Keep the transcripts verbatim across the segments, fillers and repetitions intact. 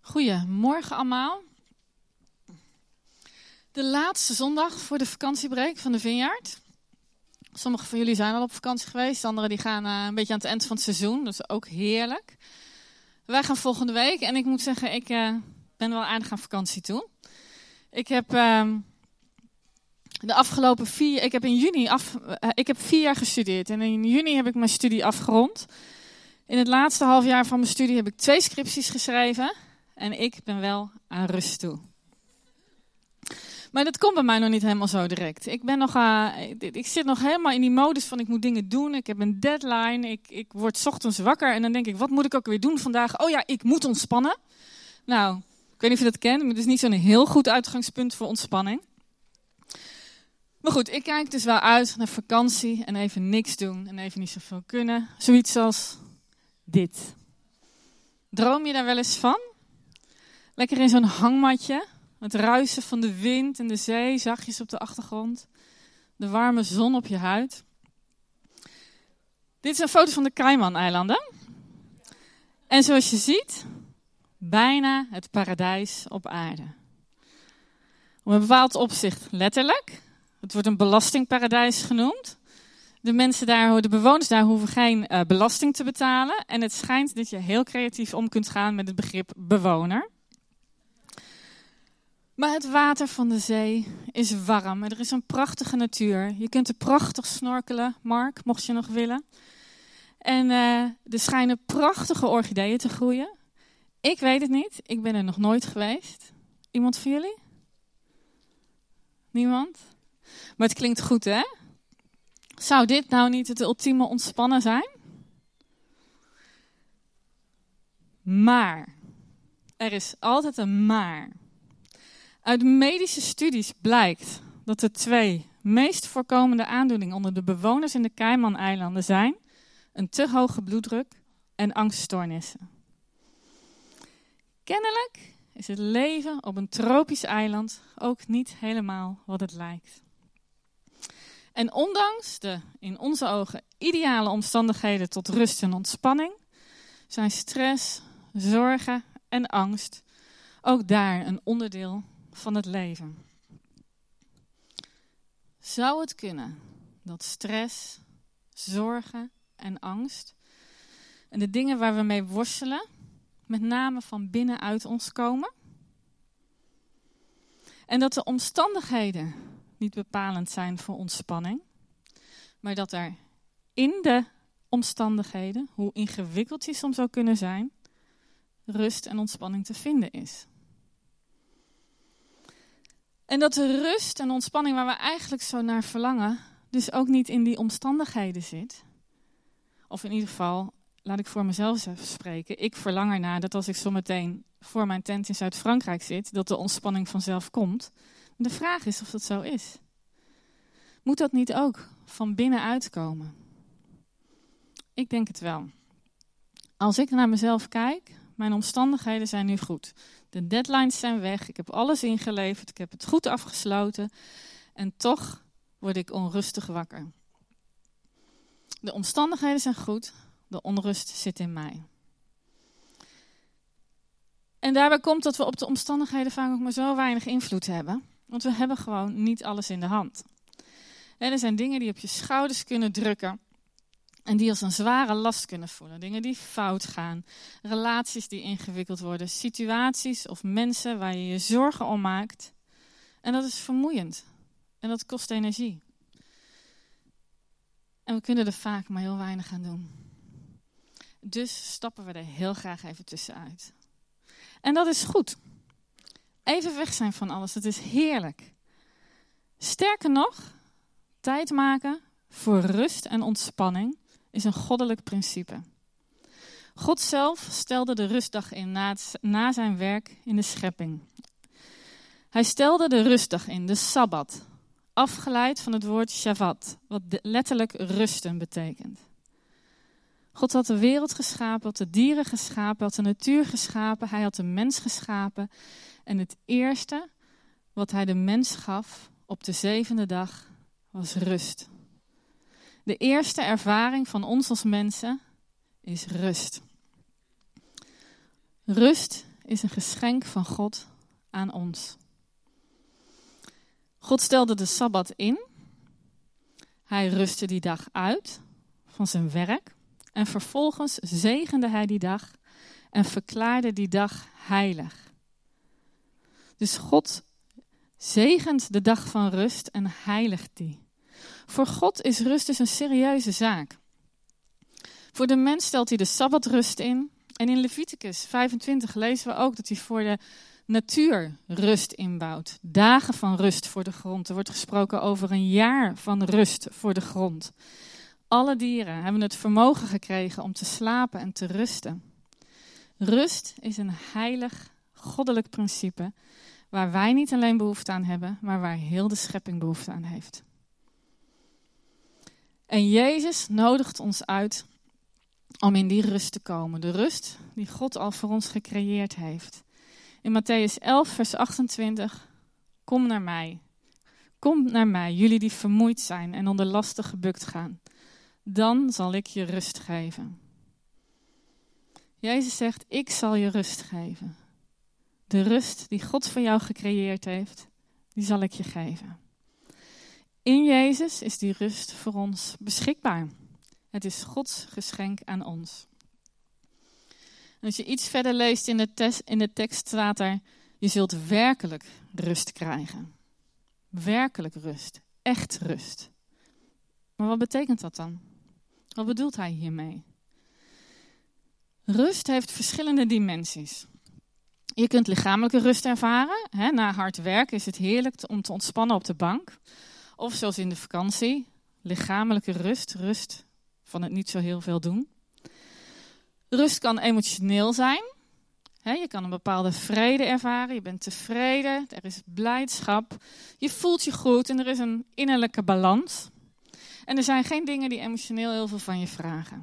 Goedemorgen allemaal. De laatste zondag voor de vakantiebreak van de Vineyard. Sommigen van jullie zijn al op vakantie geweest, anderen die gaan uh, een beetje aan het eind van het seizoen. Dat is ook heerlijk. Wij gaan volgende week en ik moet zeggen, ik uh, ben wel aardig aan vakantie toe. Ik heb uh, de afgelopen vier, ik heb in juni af, uh, ik heb vier jaar gestudeerd en in juni heb ik mijn studie afgerond. In het laatste half jaar van mijn studie heb ik twee scripties geschreven en ik ben wel aan rust toe. Maar dat komt bij mij nog niet helemaal zo direct. Ik, ben nog, uh, ik, ik zit nog helemaal in die modus van ik moet dingen doen. Ik heb een deadline. Ik, ik word 's ochtends wakker en dan denk ik, wat moet ik ook weer doen vandaag? Oh ja, ik moet ontspannen. Nou, ik weet niet of je dat kent, maar het is niet zo'n heel goed uitgangspunt voor ontspanning. Maar goed, ik kijk dus wel uit naar vakantie en even niks doen en even niet zoveel kunnen. Zoiets als dit. Droom je daar wel eens van? Lekker in zo'n hangmatje. Het ruisen van de wind en de zee, zachtjes op de achtergrond. De warme zon op je huid. Dit is een foto van de Cayman-eilanden. En zoals je ziet, bijna het paradijs op aarde. Op een bepaald opzicht letterlijk. Het wordt een belastingparadijs genoemd. De mensen daar, de bewoners daar hoeven geen uh, belasting te betalen. En het schijnt dat je heel creatief om kunt gaan met het begrip bewoner. Maar het water van de zee is warm en er is een prachtige natuur. Je kunt er prachtig snorkelen, Mark, mocht je nog willen. En uh, er schijnen prachtige orchideeën te groeien. Ik weet het niet, ik ben er nog nooit geweest. Iemand van jullie? Niemand? Maar het klinkt goed, hè? Zou dit nou niet het ultieme ontspannen zijn? Maar, er is altijd een maar. Uit medische studies blijkt dat de twee meest voorkomende aandoeningen onder de bewoners in de Cayman-eilanden zijn een te hoge bloeddruk en angststoornissen. Kennelijk is het leven op een tropisch eiland ook niet helemaal wat het lijkt. En ondanks de in onze ogen ideale omstandigheden tot rust en ontspanning zijn stress, zorgen en angst ook daar een onderdeel van het leven. Zou het kunnen dat stress, zorgen en angst en de dingen waar we mee worstelen met name van binnenuit ons komen? En dat de omstandigheden niet bepalend zijn voor ontspanning, maar dat er in de omstandigheden, hoe ingewikkeld die soms ook kunnen zijn, rust en ontspanning te vinden is. En dat de rust en ontspanning waar we eigenlijk zo naar verlangen, dus ook niet in die omstandigheden zit. Of in ieder geval, laat ik voor mezelf even spreken. Ik verlang ernaar dat als ik zometeen voor mijn tent in Zuid-Frankrijk zit, dat de ontspanning vanzelf komt. De vraag is of dat zo is. Moet dat niet ook van binnenuit komen? Ik denk het wel. Als ik naar mezelf kijk, mijn omstandigheden zijn nu goed. De deadlines zijn weg, ik heb alles ingeleverd, ik heb het goed afgesloten en toch word ik onrustig wakker. De omstandigheden zijn goed, de onrust zit in mij. En daarbij komt dat we op de omstandigheden vaak ook maar zo weinig invloed hebben, want we hebben gewoon niet alles in de hand. En er zijn dingen die op je schouders kunnen drukken en die als een zware last kunnen voelen. Dingen die fout gaan, relaties die ingewikkeld worden, situaties of mensen waar je je zorgen om maakt. En dat is vermoeiend. En dat kost energie. En we kunnen er vaak maar heel weinig aan doen. Dus stappen we er heel graag even tussenuit. En dat is goed. Even weg zijn van alles, dat is heerlijk. Sterker nog, tijd maken voor rust en ontspanning is een goddelijk principe. God zelf stelde de rustdag in na, het, na zijn werk in de schepping. Hij stelde de rustdag in, de Sabbat, afgeleid van het woord Shabbat, wat letterlijk rusten betekent. God had de wereld geschapen, had de dieren geschapen, had de natuur geschapen, hij had de mens geschapen. En het eerste wat hij de mens gaf op de zevende dag was rust. De eerste ervaring van ons als mensen is rust. Rust is een geschenk van God aan ons. God stelde de Sabbat in. Hij rustte die dag uit van zijn werk. En vervolgens zegende hij die dag en verklaarde die dag heilig. Dus God zegent de dag van rust en heiligt die. Voor God is rust dus een serieuze zaak. Voor de mens stelt hij de Sabbatrust in. En in Leviticus vijfentwintig lezen we ook dat hij voor de natuur rust inbouwt. Dagen van rust voor de grond. Er wordt gesproken over een jaar van rust voor de grond. Alle dieren hebben het vermogen gekregen om te slapen en te rusten. Rust is een heilig, goddelijk principe waar wij niet alleen behoefte aan hebben, maar waar heel de schepping behoefte aan heeft. En Jezus nodigt ons uit om in die rust te komen. De rust die God al voor ons gecreëerd heeft. In Matthäus elf, vers achtentwintig. Kom naar mij. Kom naar mij, jullie die vermoeid zijn en onder lasten gebukt gaan. Dan zal ik je rust geven. Jezus zegt, ik zal je rust geven. De rust die God voor jou gecreëerd heeft, die zal ik je geven. In Jezus is die rust voor ons beschikbaar. Het is Gods geschenk aan ons. En als je iets verder leest in de, tes, in de tekst staat er, je zult werkelijk rust krijgen. Werkelijk rust. Echt rust. Maar wat betekent dat dan? Wat bedoelt hij hiermee? Rust heeft verschillende dimensies. Je kunt lichamelijke rust ervaren. Hè? Na hard werk is het heerlijk om te ontspannen op de bank. Of zoals in de vakantie, lichamelijke rust, rust van het niet zo heel veel doen. Rust kan emotioneel zijn. He, je kan een bepaalde vrede ervaren. Je bent tevreden, er is blijdschap. Je voelt je goed en er is een innerlijke balans. En er zijn geen dingen die emotioneel heel veel van je vragen.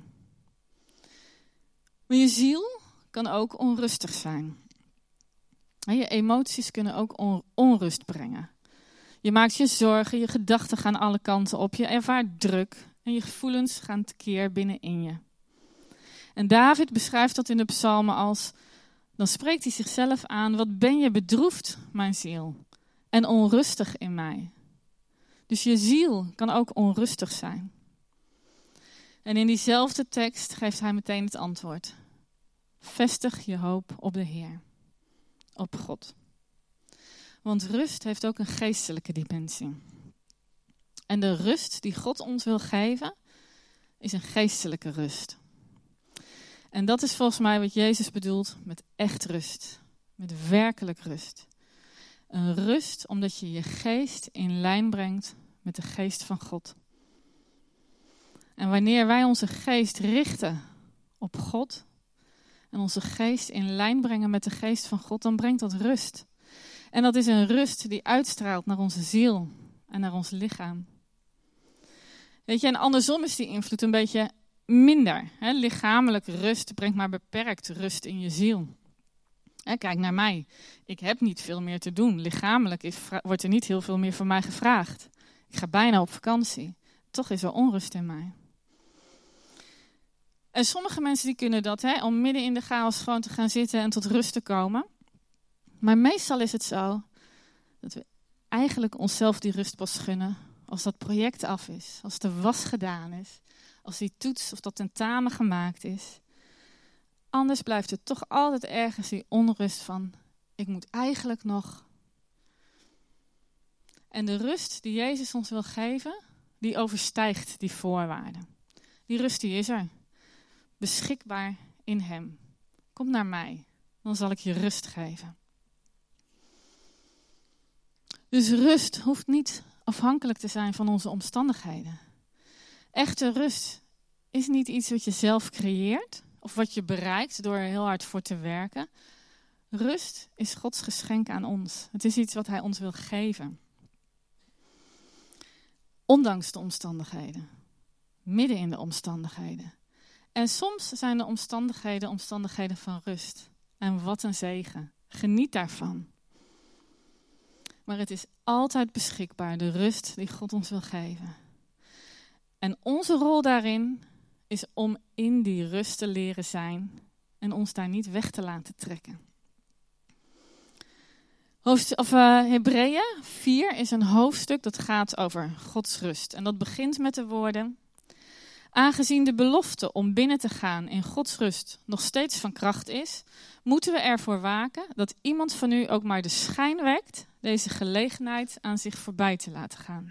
Maar je ziel kan ook onrustig zijn. He, je emoties kunnen ook on- onrust brengen. Je maakt je zorgen, je gedachten gaan alle kanten op. Je ervaart druk en je gevoelens gaan tekeer binnenin je. En David beschrijft dat in de psalmen als, dan spreekt hij zichzelf aan, wat ben je bedroefd, mijn ziel, en onrustig in mij. Dus je ziel kan ook onrustig zijn. En in diezelfde tekst geeft hij meteen het antwoord. Vestig je hoop op de Heer, op God. Want rust heeft ook een geestelijke dimensie. En de rust die God ons wil geven, is een geestelijke rust. En dat is volgens mij wat Jezus bedoelt met echt rust. Met werkelijk rust. Een rust omdat je je geest in lijn brengt met de geest van God. En wanneer wij onze geest richten op God en onze geest in lijn brengen met de geest van God, dan brengt dat rust. En dat is een rust die uitstraalt naar onze ziel en naar ons lichaam. Weet je, en andersom is die invloed een beetje minder. Hè? Lichamelijke rust brengt maar beperkt rust in je ziel. Hè, kijk naar mij. Ik heb niet veel meer te doen. Lichamelijk is, wordt er niet heel veel meer van mij gevraagd. Ik ga bijna op vakantie. Toch is er onrust in mij. En sommige mensen die kunnen dat, hè, om midden in de chaos gewoon te gaan zitten en tot rust te komen. Maar meestal is het zo dat we eigenlijk onszelf die rust pas gunnen als dat project af is, als de was gedaan is, als die toets of dat tentamen gemaakt is. Anders blijft er toch altijd ergens die onrust van, ik moet eigenlijk nog. En de rust die Jezus ons wil geven, die overstijgt die voorwaarden. Die rust die is er, beschikbaar in hem. Kom naar mij, dan zal ik je rust geven. Dus rust hoeft niet afhankelijk te zijn van onze omstandigheden. Echte rust is niet iets wat je zelf creëert of wat je bereikt door er heel hard voor te werken. Rust is Gods geschenk aan ons. Het is iets wat hij ons wil geven. Ondanks de omstandigheden. Midden in de omstandigheden. En soms zijn de omstandigheden omstandigheden van rust. En wat een zegen. Geniet daarvan. Maar het is altijd beschikbaar, de rust die God ons wil geven. En onze rol daarin is om in die rust te leren zijn en ons daar niet weg te laten trekken. Hoofdstuk, of uh, Hebreeën vier is een hoofdstuk dat gaat over Gods rust. En dat begint met de woorden: aangezien de belofte om binnen te gaan in Gods rust nog steeds van kracht is, moeten we ervoor waken dat iemand van u ook maar de schijn wekt deze gelegenheid aan zich voorbij te laten gaan.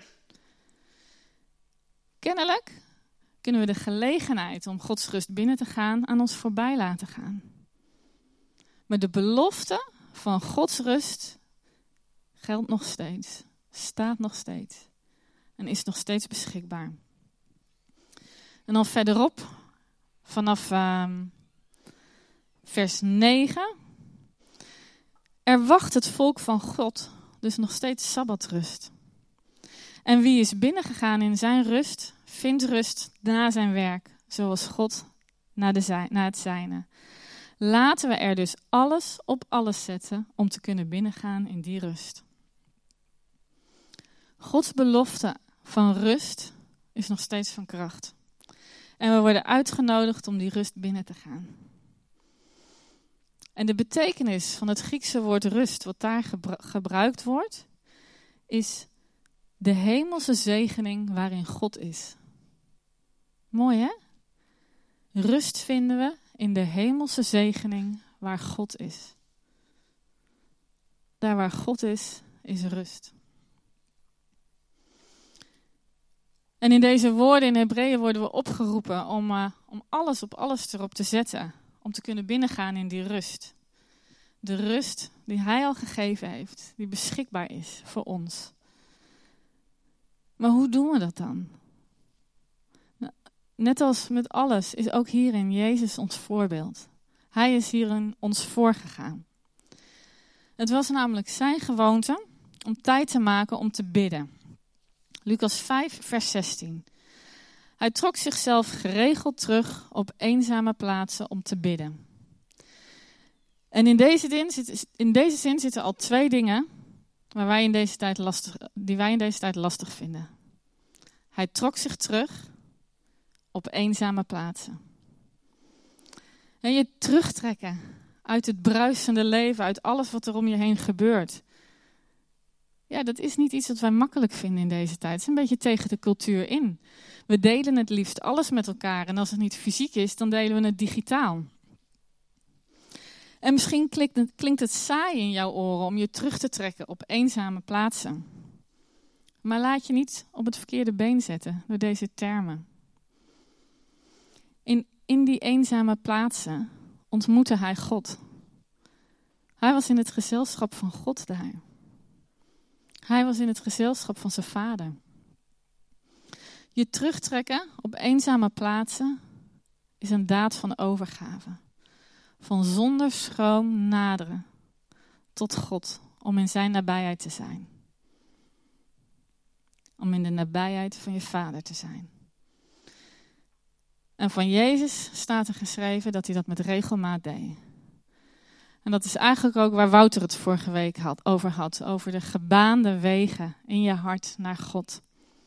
Kennelijk kunnen we de gelegenheid om Gods rust binnen te gaan aan ons voorbij laten gaan. Maar de belofte van Gods rust geldt nog steeds, staat nog steeds en is nog steeds beschikbaar. En dan verderop, vanaf uh, vers negen. Er wacht het volk van God dus nog steeds sabbatrust. En wie is binnengegaan in zijn rust, vindt rust na zijn werk, zoals God na, de, na het zijne. Laten we er dus alles op alles zetten om te kunnen binnengaan in die rust. Gods belofte van rust is nog steeds van kracht. En we worden uitgenodigd om die rust binnen te gaan. En de betekenis van het Griekse woord rust, wat daar gebru- gebruikt wordt, is de hemelse zegening waarin God is. Mooi hè? Rust vinden we in de hemelse zegening waar God is. Daar waar God is, is rust. En in deze woorden in Hebreeën worden we opgeroepen om, uh, om alles op alles erop te zetten. Om te kunnen binnengaan in die rust. De rust die Hij al gegeven heeft. Die beschikbaar is voor ons. Maar hoe doen we dat dan? Nou, net als met alles is ook hierin Jezus ons voorbeeld. Hij is hierin ons voorgegaan. Het was namelijk zijn gewoonte om tijd te maken om te bidden. Lucas vijf, vers zestien. Hij trok zichzelf geregeld terug op eenzame plaatsen om te bidden. En in deze zin, zit, in deze zin zitten al twee dingen waar wij in deze tijd lastig, die wij in deze tijd lastig vinden. Hij trok zich terug op eenzame plaatsen. En je terugtrekken uit het bruisende leven, uit alles wat er om je heen gebeurt. Ja, dat is niet iets wat wij makkelijk vinden in deze tijd. Het is een beetje tegen de cultuur in. We delen het liefst alles met elkaar. En als het niet fysiek is, dan delen we het digitaal. En misschien klinkt het, klinkt het saai in jouw oren om je terug te trekken op eenzame plaatsen. Maar laat je niet op het verkeerde been zetten door deze termen. In, in die eenzame plaatsen ontmoette hij God. Hij was in het gezelschap van God daar. Hij was in het gezelschap van zijn vader. Je terugtrekken op eenzame plaatsen is een daad van overgave. Van zonder schroom naderen tot God om in zijn nabijheid te zijn. Om in de nabijheid van je vader te zijn. En van Jezus staat er geschreven dat hij dat met regelmaat deed. En dat is eigenlijk ook waar Wouter het vorige week had, over had. Over de gebaande wegen in je hart naar God.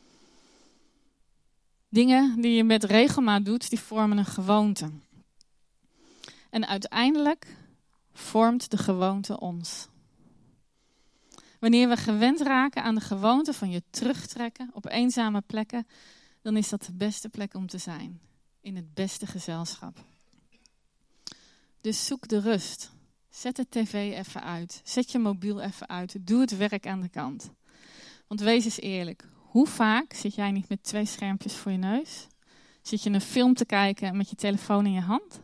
Dingen die je met regelmaat doet, die vormen een gewoonte. En uiteindelijk vormt de gewoonte ons. Wanneer we gewend raken aan de gewoonte van je terugtrekken op eenzame plekken, dan is dat de beste plek om te zijn. In het beste gezelschap. Dus zoek de rust. Zet de tv even uit. Zet je mobiel even uit. Doe het werk aan de kant. Want wees eens eerlijk. Hoe vaak zit jij niet met twee schermpjes voor je neus? Zit je een film te kijken met je telefoon in je hand?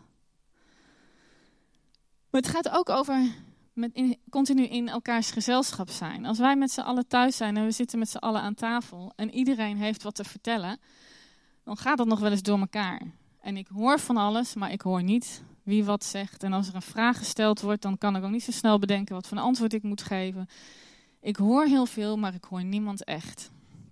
Maar het gaat ook over met in, continu in elkaars gezelschap zijn. Als wij met z'n allen thuis zijn en we zitten met z'n allen aan tafel en iedereen heeft wat te vertellen, dan gaat dat nog wel eens door elkaar. En ik hoor van alles, maar ik hoor niet wie wat zegt. En als er een vraag gesteld wordt, dan kan ik ook niet zo snel bedenken wat voor een antwoord ik moet geven. Ik hoor heel veel, maar ik hoor niemand echt.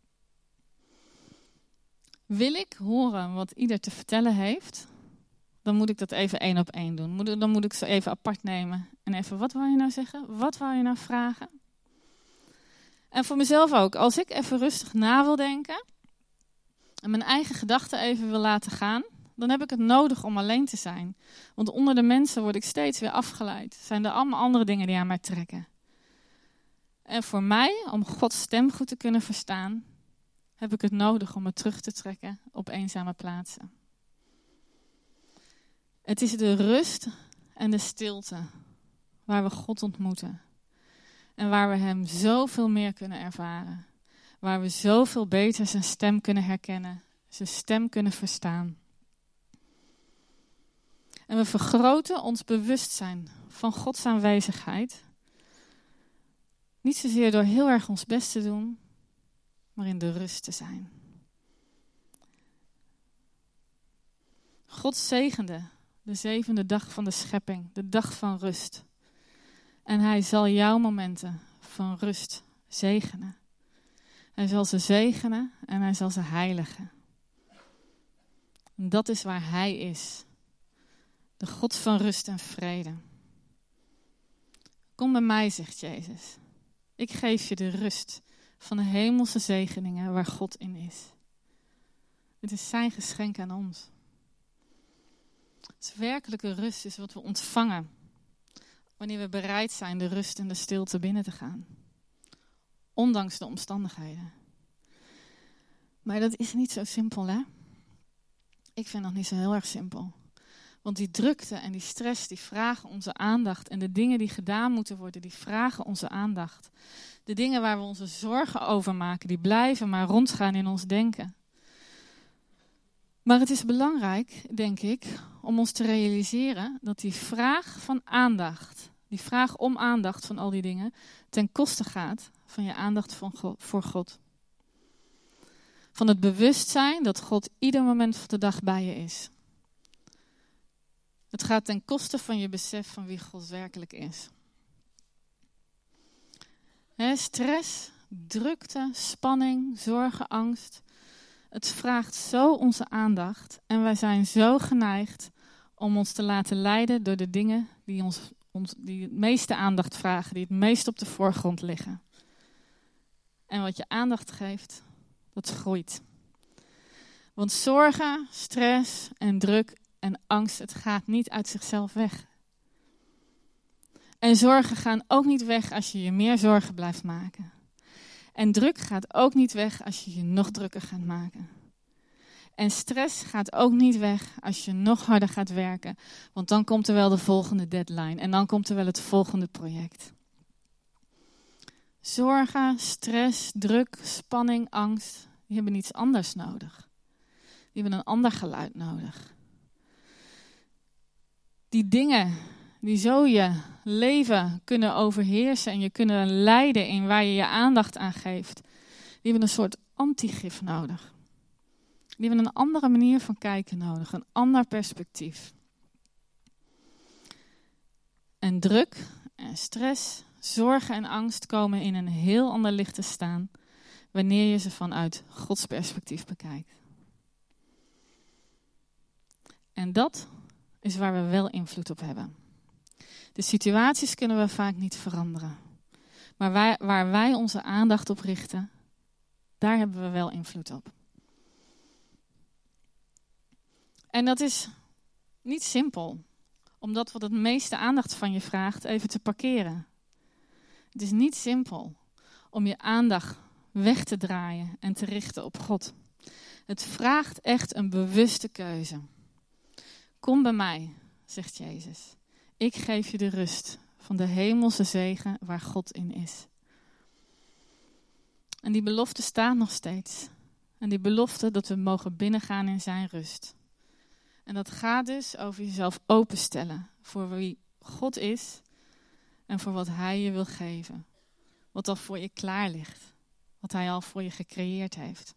Wil ik horen wat ieder te vertellen heeft, dan moet ik dat even één op één doen. Dan moet ik ze even apart nemen. En even, wat wou je nou zeggen? Wat wou je nou vragen? En voor mezelf ook. Als ik even rustig na wil denken en mijn eigen gedachten even wil laten gaan, dan heb ik het nodig om alleen te zijn. Want onder de mensen word ik steeds weer afgeleid. Zijn er allemaal andere dingen die aan mij trekken. En voor mij, om Gods stem goed te kunnen verstaan, heb ik het nodig om me terug te trekken op eenzame plaatsen. Het is de rust en de stilte waar we God ontmoeten. En waar we hem zoveel meer kunnen ervaren. Waar we zoveel beter zijn stem kunnen herkennen. Zijn stem kunnen verstaan. En we vergroten ons bewustzijn van Gods aanwezigheid. Niet zozeer door heel erg ons best te doen, maar in de rust te zijn. God zegende de zevende dag van de schepping, de dag van rust. En hij zal jouw momenten van rust zegenen. Hij zal ze zegenen en hij zal ze heiligen. En dat is waar hij is. De God van rust en vrede. Kom bij mij, zegt Jezus. Ik geef je de rust van de hemelse zegeningen waar God in is. Het is zijn geschenk aan ons. Dus werkelijke rust is wat we ontvangen wanneer we bereid zijn de rust en de stilte binnen te gaan. Ondanks de omstandigheden. Maar dat is niet zo simpel, hè? Ik vind dat niet zo heel erg simpel. Want die drukte en die stress, die vragen onze aandacht. En de dingen die gedaan moeten worden, die vragen onze aandacht. De dingen waar we onze zorgen over maken, die blijven maar rondgaan in ons denken. Maar het is belangrijk, denk ik, om ons te realiseren dat die vraag van aandacht, die vraag om aandacht van al die dingen, ten koste gaat van je aandacht voor God. Van het bewustzijn dat God ieder moment van de dag bij je is. Het gaat ten koste van je besef van wie God werkelijk is. He, stress, drukte, spanning, zorgen, angst. Het vraagt zo onze aandacht en wij zijn zo geneigd om ons te laten leiden door de dingen die, ons, ons, die het meeste aandacht vragen, die het meest op de voorgrond liggen. En wat je aandacht geeft, dat groeit. Want zorgen, stress en druk en angst, het gaat niet uit zichzelf weg. En zorgen gaan ook niet weg als je je meer zorgen blijft maken. En druk gaat ook niet weg als je je nog drukker gaat maken. En stress gaat ook niet weg als je nog harder gaat werken. Want dan komt er wel de volgende deadline. En dan komt er wel het volgende project. Zorgen, stress, druk, spanning, angst, die hebben iets anders nodig. Die hebben een ander geluid nodig. Die dingen die zo je leven kunnen overheersen en je kunnen leiden in waar je je aandacht aan geeft, die hebben een soort antigif nodig. Die hebben een andere manier van kijken nodig, een ander perspectief. En druk en stress, zorgen en angst komen in een heel ander licht te staan wanneer je ze vanuit Gods perspectief bekijkt. En dat is waar we wel invloed op hebben. De situaties kunnen we vaak niet veranderen. Maar wij, waar wij onze aandacht op richten, daar hebben we wel invloed op. En dat is niet simpel, omdat wat het meeste aandacht van je vraagt even te parkeren. Het is niet simpel om je aandacht weg te draaien en te richten op God. Het vraagt echt een bewuste keuze. Kom bij mij, zegt Jezus. Ik geef je de rust van de hemelse zegen waar God in is. En die belofte staat nog steeds. En die belofte dat we mogen binnengaan in zijn rust. En dat gaat dus over jezelf openstellen voor wie God is en voor wat hij je wil geven. Wat al voor je klaar ligt. Wat hij al voor je gecreëerd heeft.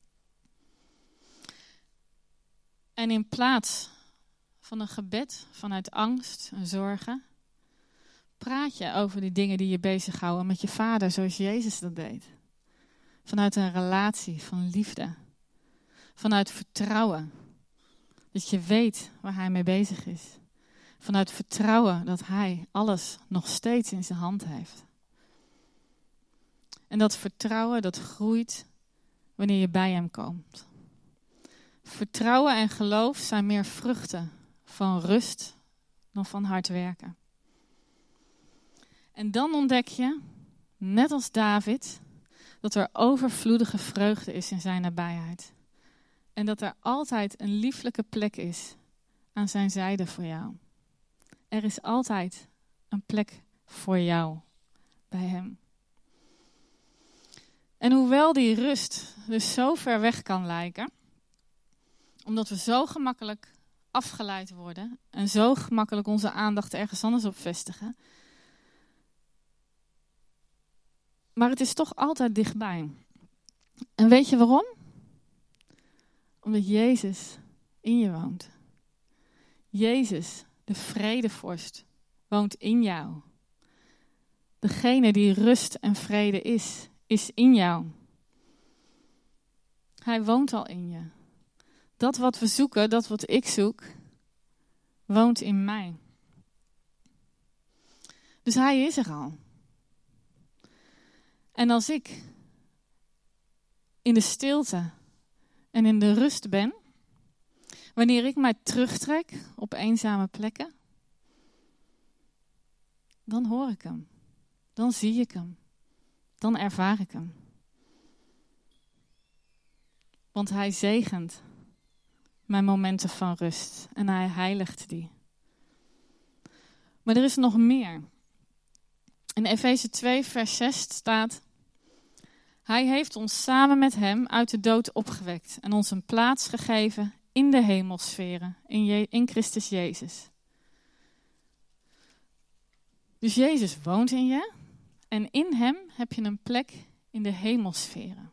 En in plaats van een gebed vanuit angst en zorgen, praat je over die dingen die je bezighouden met je vader zoals Jezus dat deed. Vanuit een relatie van liefde. Vanuit vertrouwen. Dat je weet waar hij mee bezig is. Vanuit vertrouwen dat hij alles nog steeds in zijn hand heeft. En dat vertrouwen dat groeit wanneer je bij hem komt. Vertrouwen en geloof zijn meer vruchten van rust dan van hard werken. En dan ontdek je net als David, dat er overvloedige vreugde is in zijn nabijheid. En dat er altijd een lieflijke plek is aan zijn zijde voor jou. Er is altijd een plek voor jou bij hem. En hoewel die rust dus zo ver weg kan lijken, omdat we zo gemakkelijk afgeleid worden en zo gemakkelijk onze aandacht ergens anders op vestigen, maar het is toch altijd dichtbij. En weet je waarom? Omdat Jezus in je woont. Jezus, de vredevorst, woont in jou. Degene die rust en vrede is, is in jou. Hij woont al in je. Dat wat we zoeken, dat wat ik zoek, woont in mij. Dus hij is er al. En als ik in de stilte en in de rust ben, wanneer ik mij terugtrek op eenzame plekken, dan hoor ik hem. Dan zie ik hem. Dan ervaar ik hem. Want hij zegent mijn momenten van rust en hij heiligt die. Maar er is nog meer. In Efeze twee vers zes staat: hij heeft ons samen met hem uit de dood opgewekt en ons een plaats gegeven in de hemelsferen, in, Je- in Christus Jezus. Dus Jezus woont in je en in hem heb je een plek in de hemelsferen.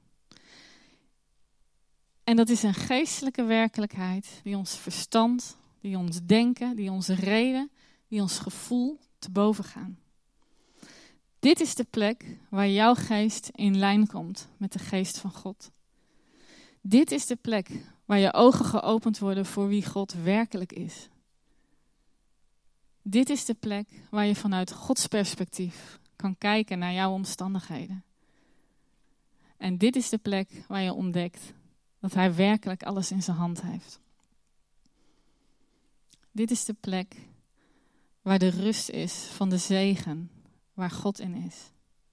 En dat is een geestelijke werkelijkheid die ons verstand, die ons denken, die onze reden, die ons gevoel te boven gaan. Dit is de plek waar jouw geest in lijn komt met de geest van God. Dit is de plek waar je ogen geopend worden voor wie God werkelijk is. Dit is de plek waar je vanuit Gods perspectief kan kijken naar jouw omstandigheden. En dit is de plek waar je ontdekt dat hij werkelijk alles in zijn hand heeft. Dit is de plek waar de rust is van de zegen waar God in is.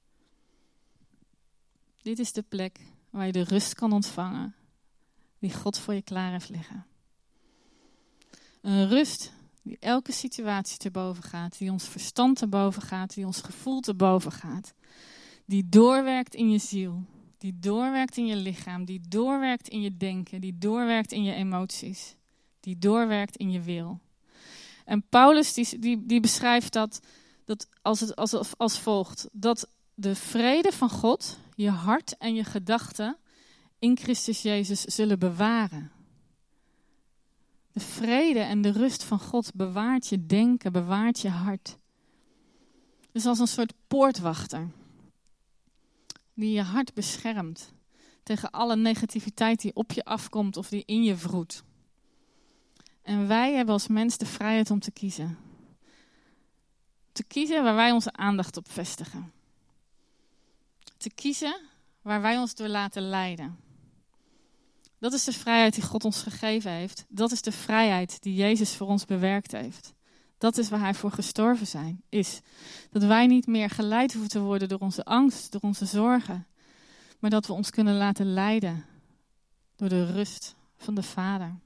Dit is de plek waar je de rust kan ontvangen die God voor je klaar heeft liggen. Een rust die elke situatie te boven gaat, die ons verstand te boven gaat, die ons gevoel te boven gaat. Die doorwerkt in je ziel, die doorwerkt in je lichaam, die doorwerkt in je denken, die doorwerkt in je emoties, die doorwerkt in je wil. En Paulus die, die, die beschrijft dat, dat als, het, als, als volgt, dat de vrede van God je hart en je gedachten in Christus Jezus zullen bewaren. De vrede en de rust van God bewaart je denken, bewaart je hart. Dus als een soort poortwachter die je hart beschermt tegen alle negativiteit die op je afkomt of die in je wroet. En wij hebben als mens de vrijheid om te kiezen. Te kiezen waar wij onze aandacht op vestigen. Te kiezen waar wij ons door laten leiden. Dat is de vrijheid die God ons gegeven heeft. Dat is de vrijheid die Jezus voor ons bewerkt heeft. Dat is waar hij voor gestorven zijn, is. Dat wij niet meer geleid hoeven te worden door onze angst, door onze zorgen. Maar dat we ons kunnen laten leiden door de rust van de Vader.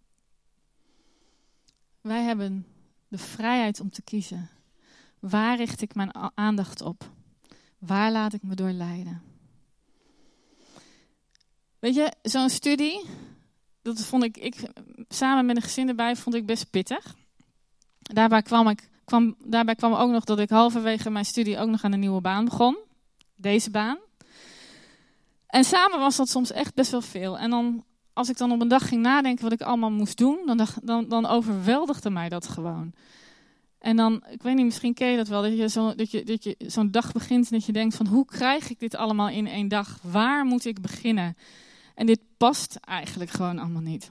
Wij hebben de vrijheid om te kiezen. Waar richt ik mijn aandacht op? Waar laat ik me door leiden? Weet je, zo'n studie, dat vond ik, ik samen met een gezin erbij, vond ik best pittig. Daarbij kwam, ik, kwam, daarbij kwam ook nog dat ik halverwege mijn studie ook nog aan een nieuwe baan begon. Deze baan. En samen was dat soms echt best wel veel. En dan, als ik dan op een dag ging nadenken wat ik allemaal moest doen, dan, dan, dan overweldigde mij dat gewoon. En dan, ik weet niet, misschien ken je dat wel, dat je, zo, dat je, dat je zo'n dag begint en dat je denkt van, hoe krijg ik dit allemaal in één dag? Waar moet ik beginnen? En dit past eigenlijk gewoon allemaal niet.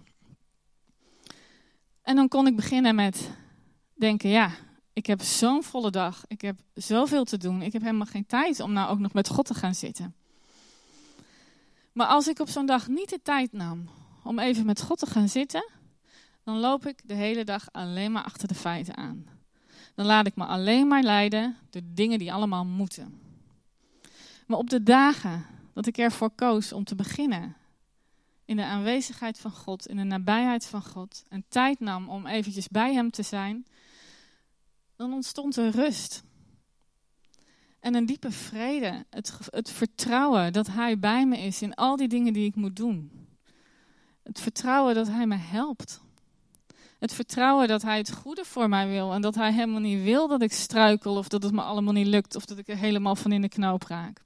En dan kon ik beginnen met denken, ja, ik heb zo'n volle dag. Ik heb zoveel te doen. Ik heb helemaal geen tijd om nou ook nog met God te gaan zitten. Maar als ik op zo'n dag niet de tijd nam om even met God te gaan zitten, dan loop ik de hele dag alleen maar achter de feiten aan. Dan laat ik me alleen maar leiden door dingen die allemaal moeten. Maar op de dagen dat ik ervoor koos om te beginnen, in de aanwezigheid van God, in de nabijheid van God, en tijd nam om eventjes bij hem te zijn, dan ontstond er rust. En een diepe vrede, het, het vertrouwen dat hij bij me is in al die dingen die ik moet doen. Het vertrouwen dat hij me helpt. Het vertrouwen dat hij het goede voor mij wil en dat hij helemaal niet wil dat ik struikel of dat het me allemaal niet lukt of dat ik er helemaal van in de knoop raak.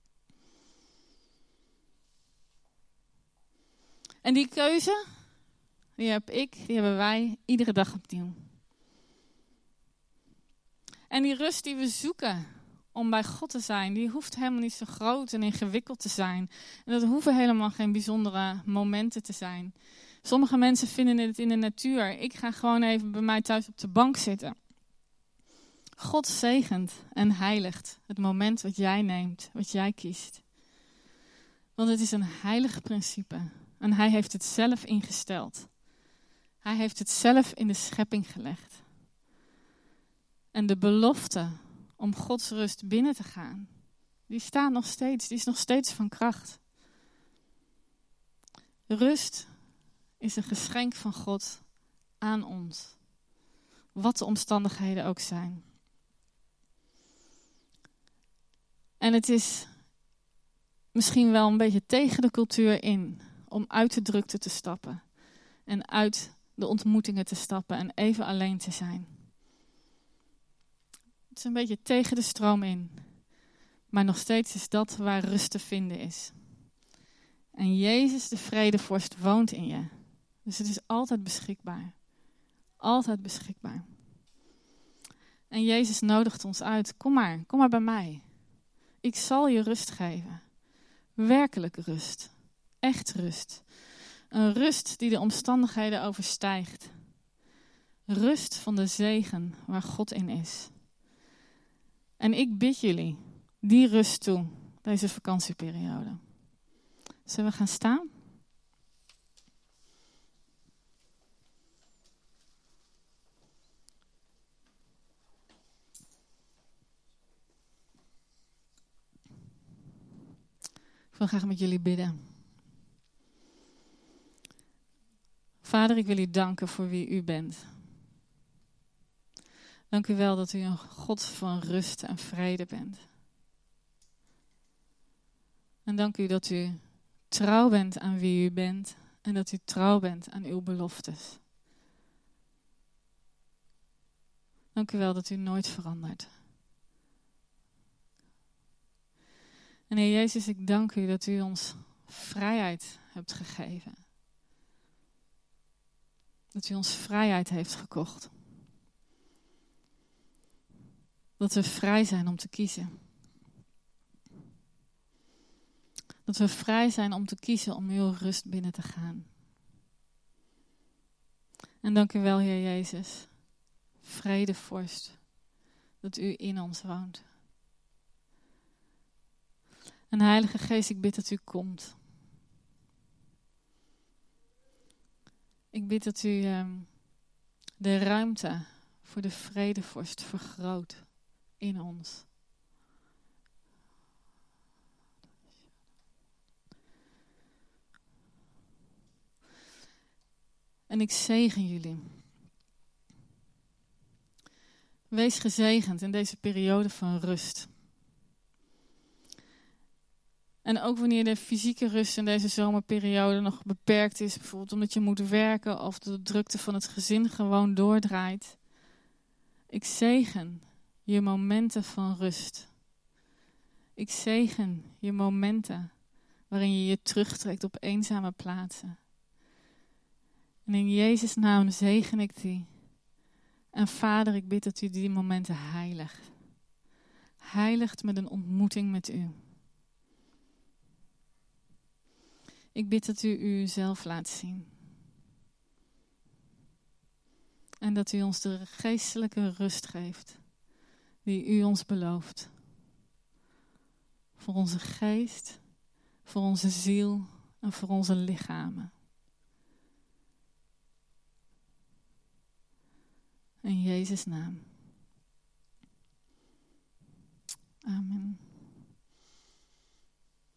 En die keuze, die heb ik, die hebben wij iedere dag opnieuw. En die rust die we zoeken om bij God te zijn, die hoeft helemaal niet zo groot en ingewikkeld te zijn. En dat hoeven helemaal geen bijzondere momenten te zijn. Sommige mensen vinden het in de natuur. Ik ga gewoon even bij mij thuis op de bank zitten. God zegent en heiligt het moment wat jij neemt, wat jij kiest. Want het is een heilig principe. En hij heeft het zelf ingesteld. Hij heeft het zelf in de schepping gelegd. En de belofte om Gods rust binnen te gaan, die staat nog steeds, die is nog steeds van kracht. Rust is een geschenk van God aan ons. Wat de omstandigheden ook zijn. En het is misschien wel een beetje tegen de cultuur in om uit de drukte te stappen. En uit de ontmoetingen te stappen en even alleen te zijn. Het is een beetje tegen de stroom in. Maar nog steeds is dat waar rust te vinden is. En Jezus, de vredevorst, woont in je. Dus het is altijd beschikbaar. Altijd beschikbaar. En Jezus nodigt ons uit. Kom maar, kom maar bij mij. Ik zal je rust geven. Werkelijk rust. Echt rust. Een rust die de omstandigheden overstijgt. Rust van de zegen waar God in is. En ik bid jullie die rust toe, deze vakantieperiode. Zullen we gaan staan? Ik wil graag met jullie bidden. Vader, ik wil u danken voor wie u bent. Dank u wel dat u een God van rust en vrede bent. En dank u dat u trouw bent aan wie u bent en dat u trouw bent aan uw beloftes. Dank u wel dat u nooit verandert. En Heer Jezus, ik dank u dat u ons vrijheid hebt gegeven. Dat u ons vrijheid heeft gekocht. Dat we vrij zijn om te kiezen. Dat we vrij zijn om te kiezen om uw rust binnen te gaan. En dank u wel, Heer Jezus, vredevorst, dat u in ons woont. En Heilige Geest, ik bid dat u komt. Ik bid dat u um, de ruimte voor de vredevorst vergroot in ons. En ik zegen jullie. Wees gezegend in deze periode van rust. En ook wanneer de fysieke rust in deze zomerperiode nog beperkt is, bijvoorbeeld omdat je moet werken of de drukte van het gezin gewoon doordraait. Ik zegen je momenten van rust. Ik zegen je momenten waarin je je terugtrekt op eenzame plaatsen. En in Jezus' naam zegen ik die. En Vader, ik bid dat u die momenten heiligt. Heiligt met een ontmoeting met u. Ik bid dat u uzelf laat zien. En dat u ons de geestelijke rust geeft die u ons belooft. Voor onze geest, voor onze ziel en voor onze lichamen. In Jezus' naam.